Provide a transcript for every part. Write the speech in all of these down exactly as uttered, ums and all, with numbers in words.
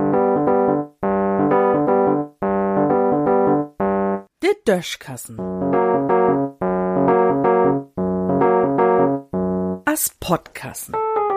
De Döschkassen. As Podkassen.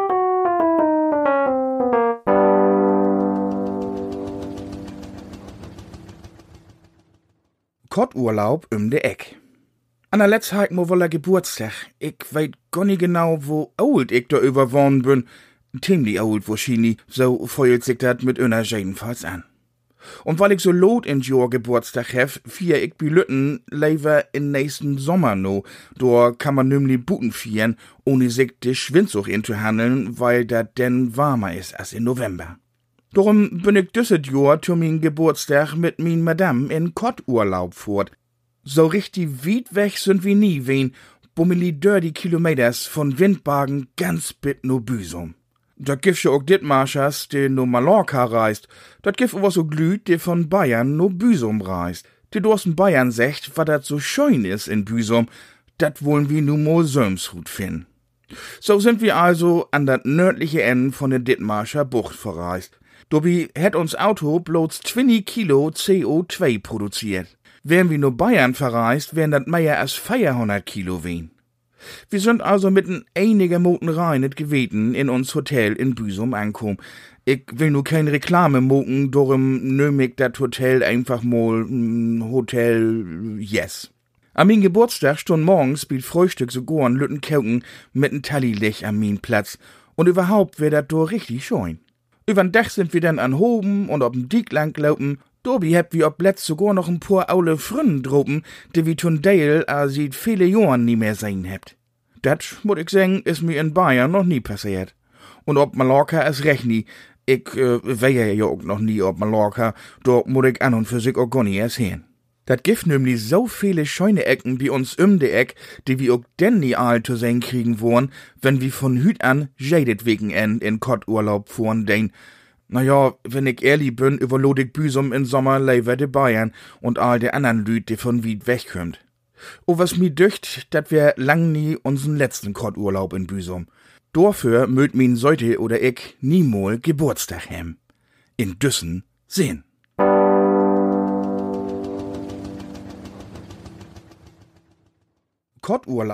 Kotturlaub um de Eck. An der letzten Zeit mo woller Geburtstag. Ich weet gar nicht genau, wo old ich da überwohnen bin. Ziemlich old wahrscheinlich, so feuert sich dat mit einer jedenfalls an. Und weil ich so lot in Jahr Geburtstag hef, fier ich bi Lütten leider in nächsten Sommer no. Da kann man nämlich Buten fieren, ohne sich de Schwindsucht inzuhandeln, weil dat denn warmer ist als in November. Darum bin ich düsset Jahr zu min Geburtstag mit min Madame in Kotturlaub fort. So richtig weit weg sind wir nie wen, bummeli dirty Kilometers von Windbagen ganz bit no Büsum. Dat gif scho auch dit Marschers, de no Mallorca reist. Dat gif aber so glüht, de von Bayern no Büsum reist. De dorsten Bayern secht, wat dat so schön is in Büsum, dat wollen wir nu mo Sömshut finden. So sind wir also an dat nördliche Ende von der Dithmarscher Bucht verreist. Dobi hätt uns Auto bloß zwanzig Kilo C O zwei produziert. Wären wir nur Bayern verreist, wären dat mehr als vierhundert Kilo wen. Wir sind also mitten einiger Moten reinet geweten in uns Hotel in Büsum ankommen. Ich will nur keine Reklame moken, darum nöm ich dat Hotel einfach mal mm, Hotel Yes. An min Geburtstag stund morgens biet Frühstück so gorn lütten Kauken mit n Tallilich an min Platz. Und überhaupt wär dat do richtig schön. Übern Dach sind wir dann an Hoben und ob'n Diek lang laufen. Dobi heb wir ob letzt sogar noch ein paar aule Frünnen droben, die wie tun Dale a sieht viele Jahren nie mehr sein hebt. Dat, muss ich sagen, is mir in Bayern noch nie passiert. Und ob Mallorca es recht nie. Ich äh, wär ja auch noch nie ob Mallorca, dort muss ich an und für sich auch gar nie erst hin. Dat gibt nämlich so viele scheune Ecken wie uns um de Eck, die wir auch denn nie all zu sehen kriegen wollen, wenn wir von Hüt an jedet wegen en in Kotturlaub fuhren, denn naja, wenn ich ehrlich bin, überlod ich Büsum in Sommer leider de Bayern und all de anderen Lüd, die von weit wegkommt. O was mi dücht, dat wär lang nie uns'n letzten Kotturlaub in Büsum. Dafür möt min Seute oder ich niemol Geburtstag hem. In Düssen sehen. Kotturlaub